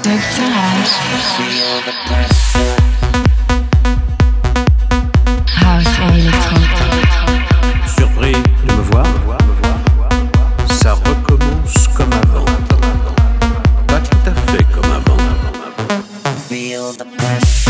Dr. H. House et électro. Surpris de me voir, ça recommence comme avant. Pas tout à fait comme avant. Feel the pressure.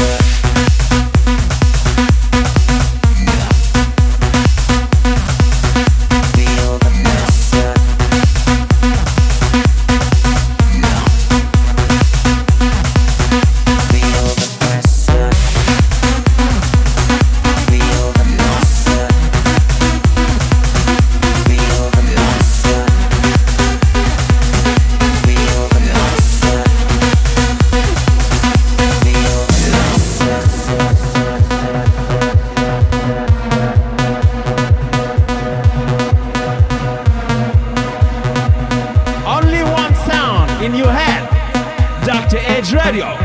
Radio.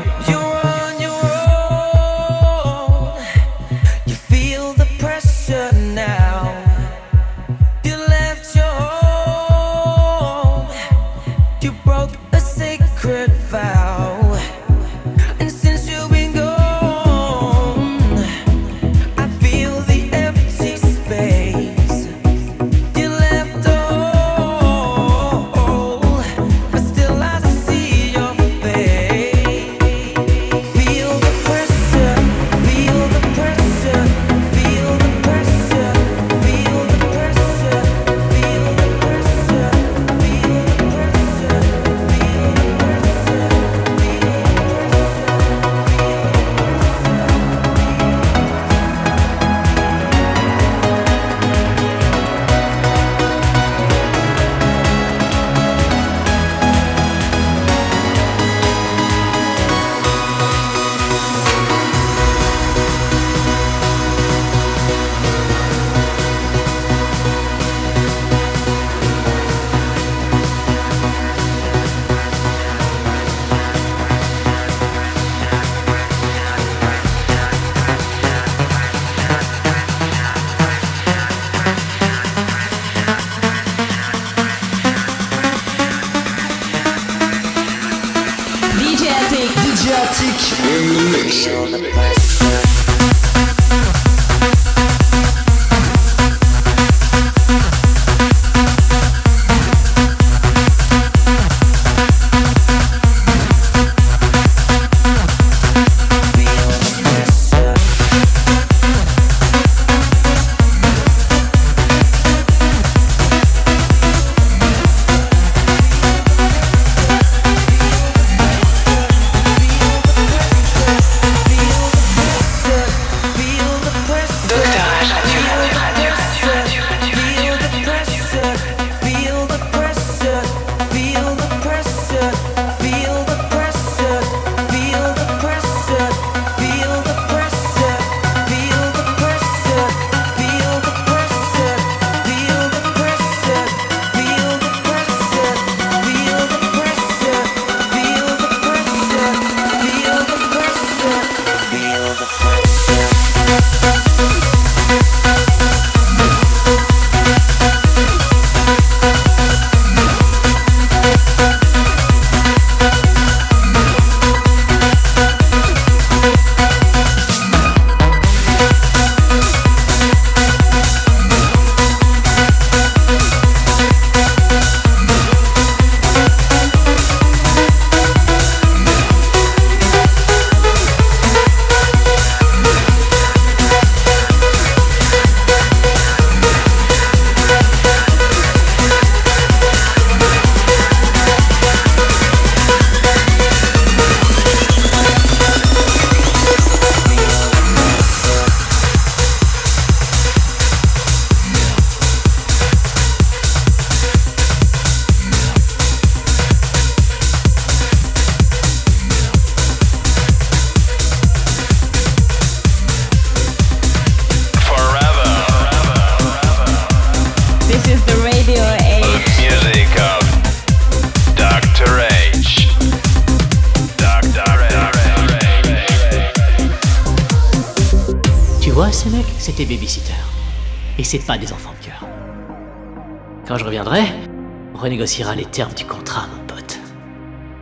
C'était babysitter. Et c'est pas des enfants de cœur. Quand je reviendrai, on renégociera les termes du contrat, mon pote.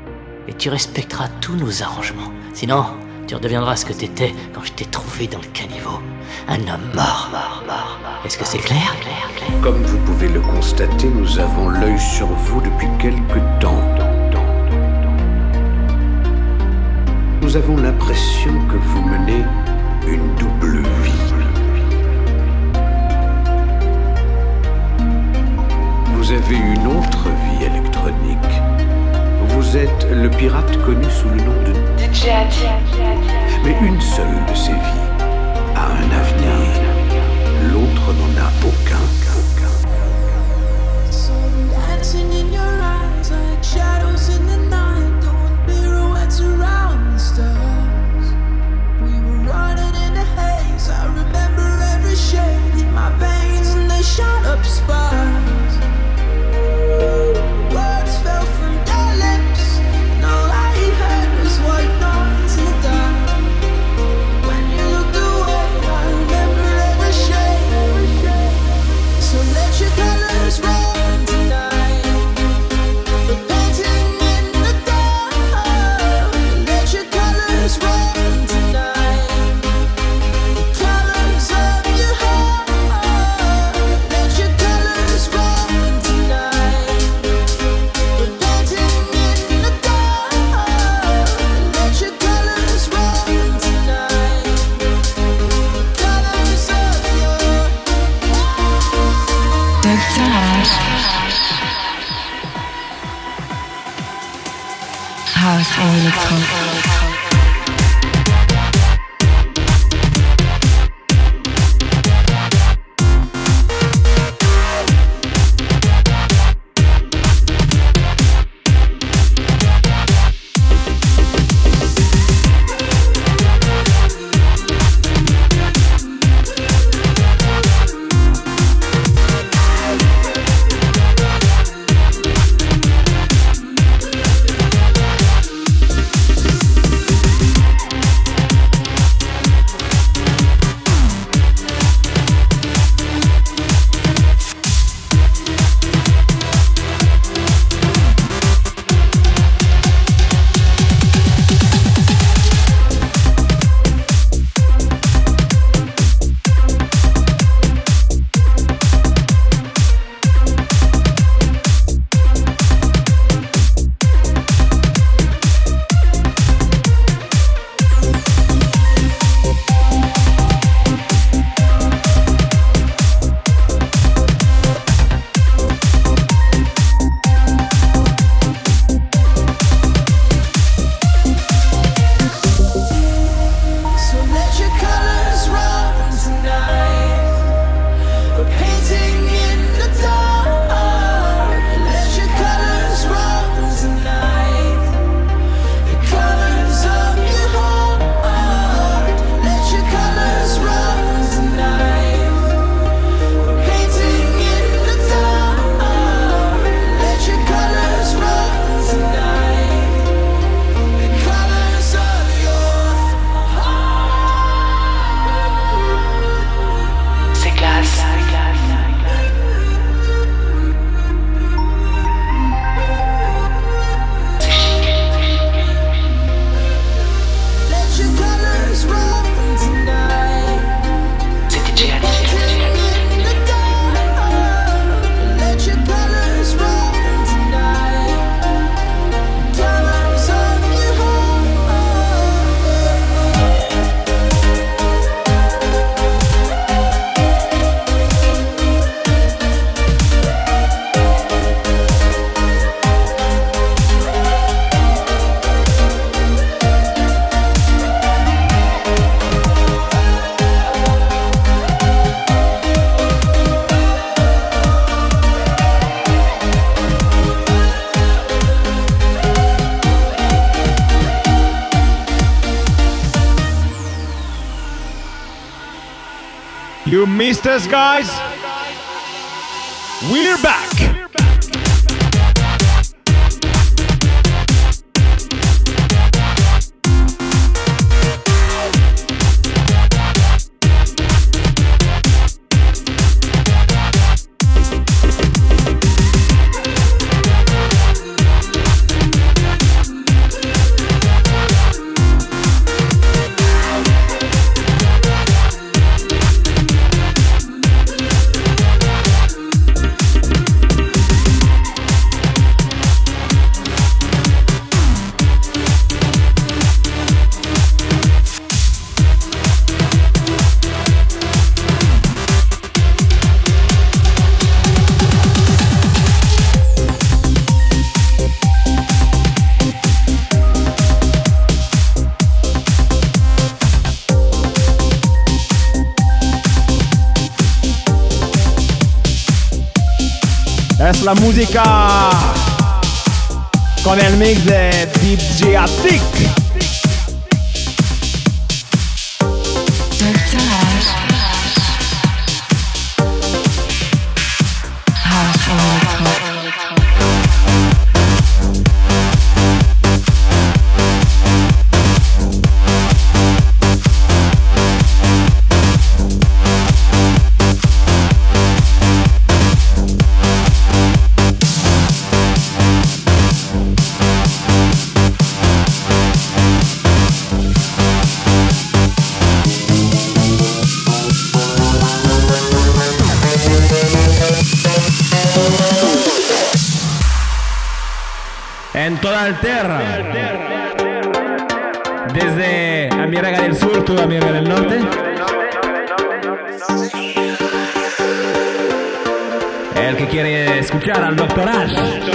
et tu respecteras tous nos arrangements. Sinon, tu redeviendras ce que t'étais quand je t'ai trouvé dans le caniveau. Un homme mort. Est-ce que c'est clair? Comme vous pouvez le constater, nous avons l'œil sur vous depuis quelque temps. Nous avons l'impression que vous menez une double vie. Vous avez une autre vie électronique. Vous êtes le pirate connu sous le nom de DJ. Mais une seule de ces vies a un avenir. L'autre n'en a aucun. Dancing in your eyes like shadows in the night, doing pirouettes around the stars. We were running in the haze. I remember every shade in my veins, and they shot up sparks. Words fell from your lips, and all I heard was white noise in the dark. When you looked away, I remember every shade. So let your colors run tonight. The painting in the dark. Let your colors run tonight. The colors of your heart. Let your colors run tonight. The painting in the dark. Let your colors run tonight. The colors of your Dr. Ash. House Electro. You missed us, guys. We're back. la música con el mix de DJ Attic. Dr. Ash. House Electronic. En toda Alterra, desde Amiérega del Sur, tú Amiérega del Norte. El que quiere escuchar al Dr. Ash.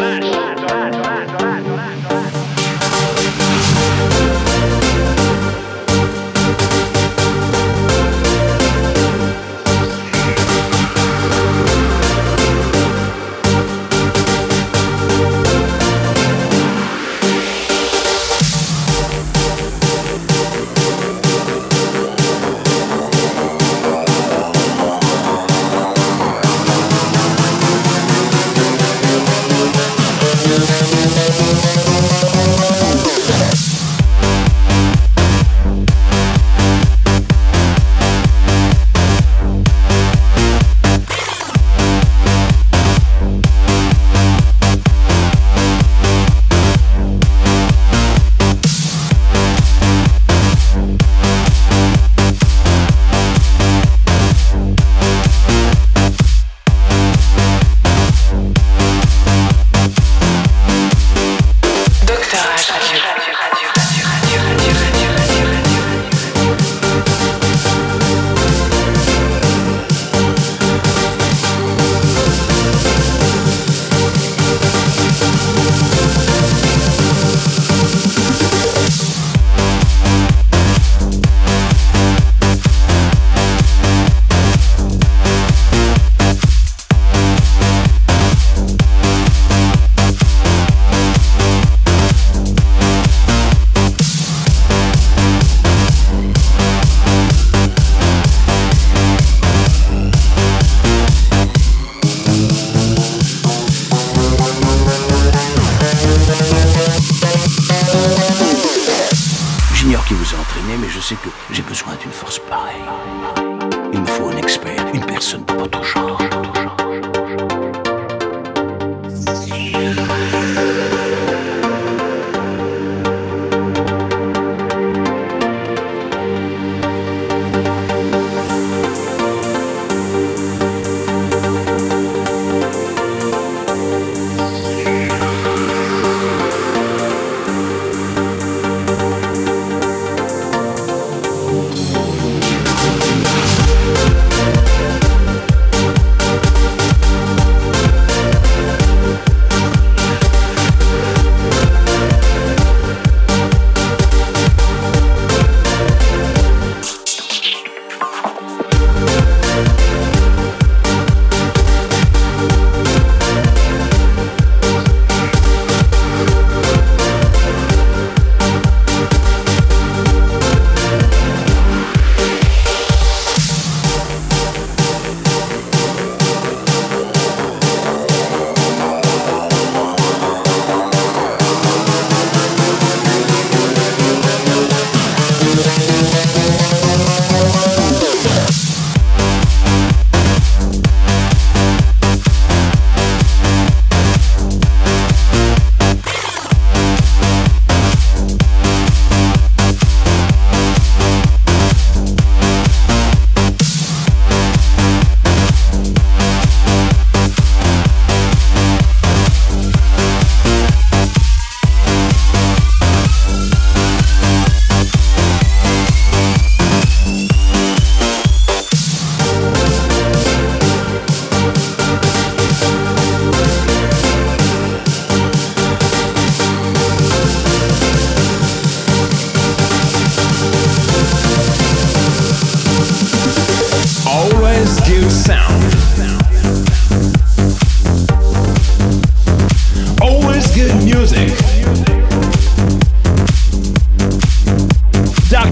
J'ignore qui vous a entraîné, mais je sais que j'ai besoin d'une force pareille. Il me faut un expert, une personne de votre genre.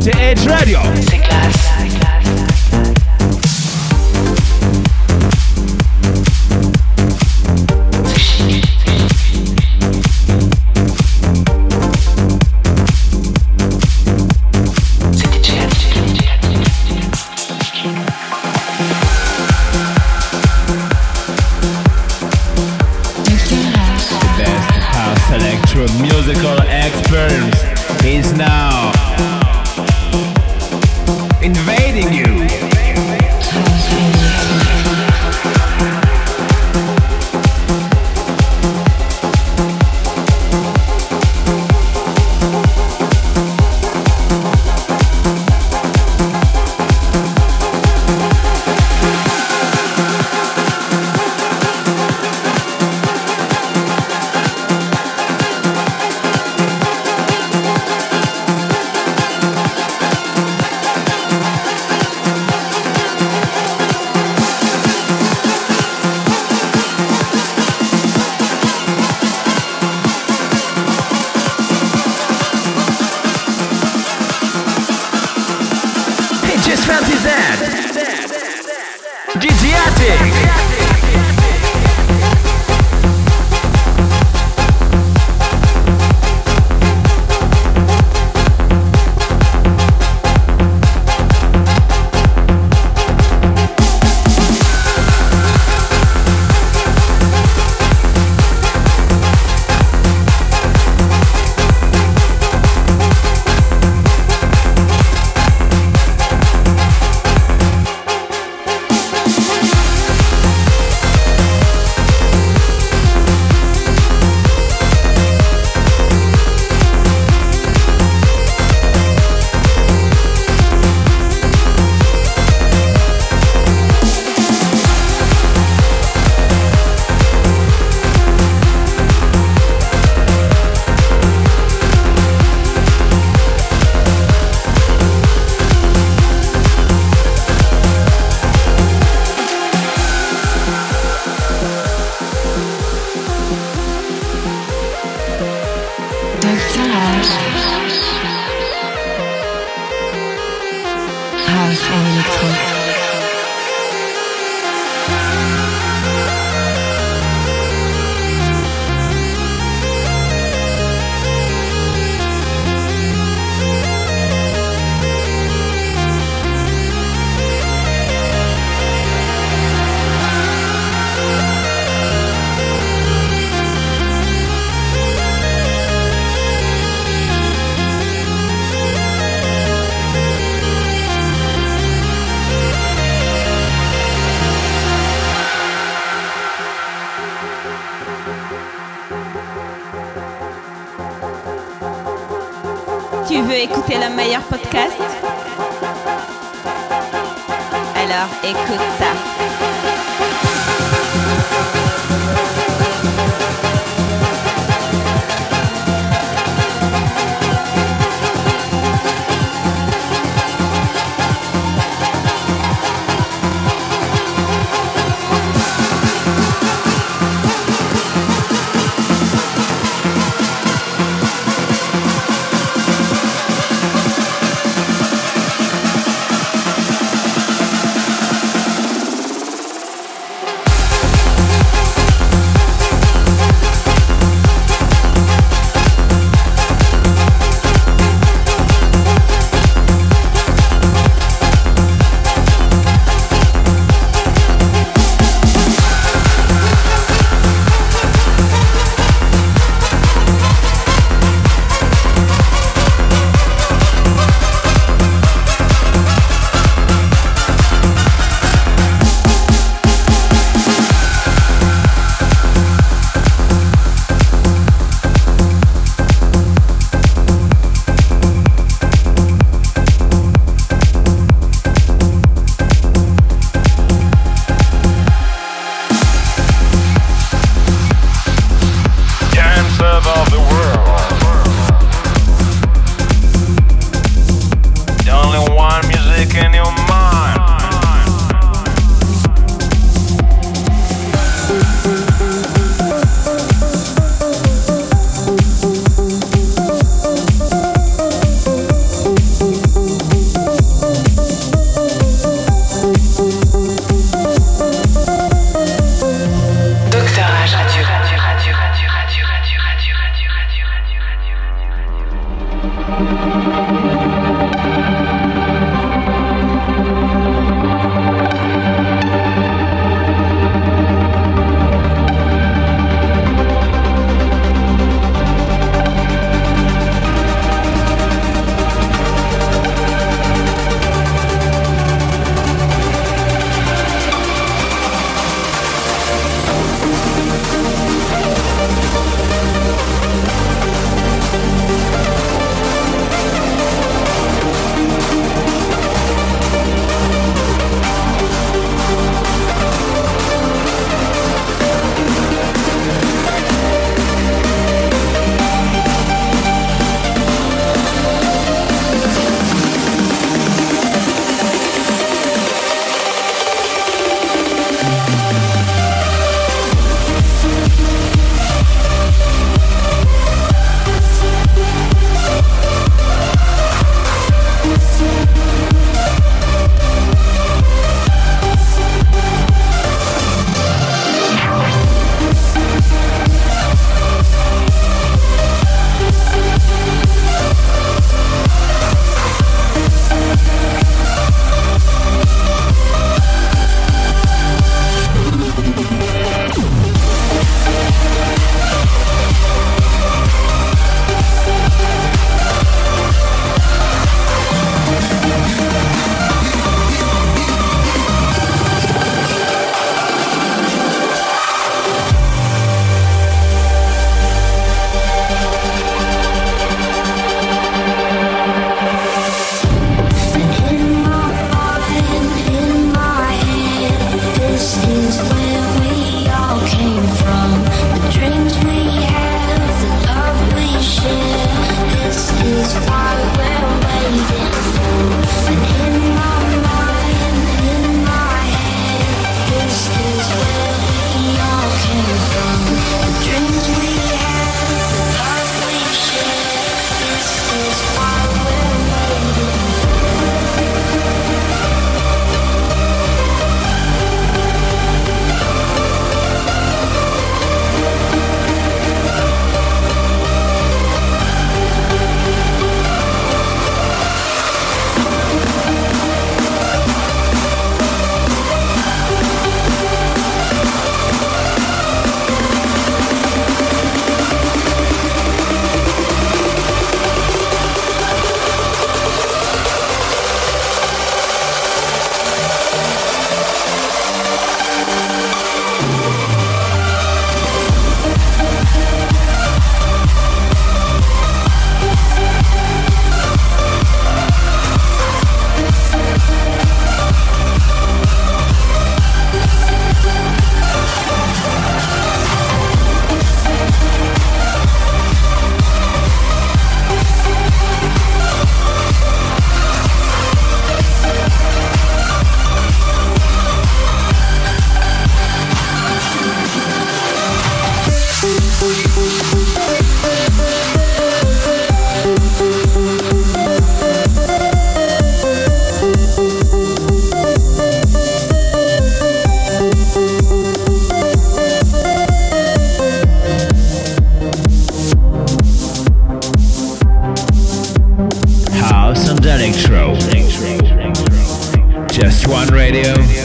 RTH Radio. C'est classe. C'est chic. C'est DJ. The best house electro musical experience is now invading you. Just fancy that. DJatic. House en électro. Tu veux écouter le meilleur podcast? Alors écoute ça. Just One Radio.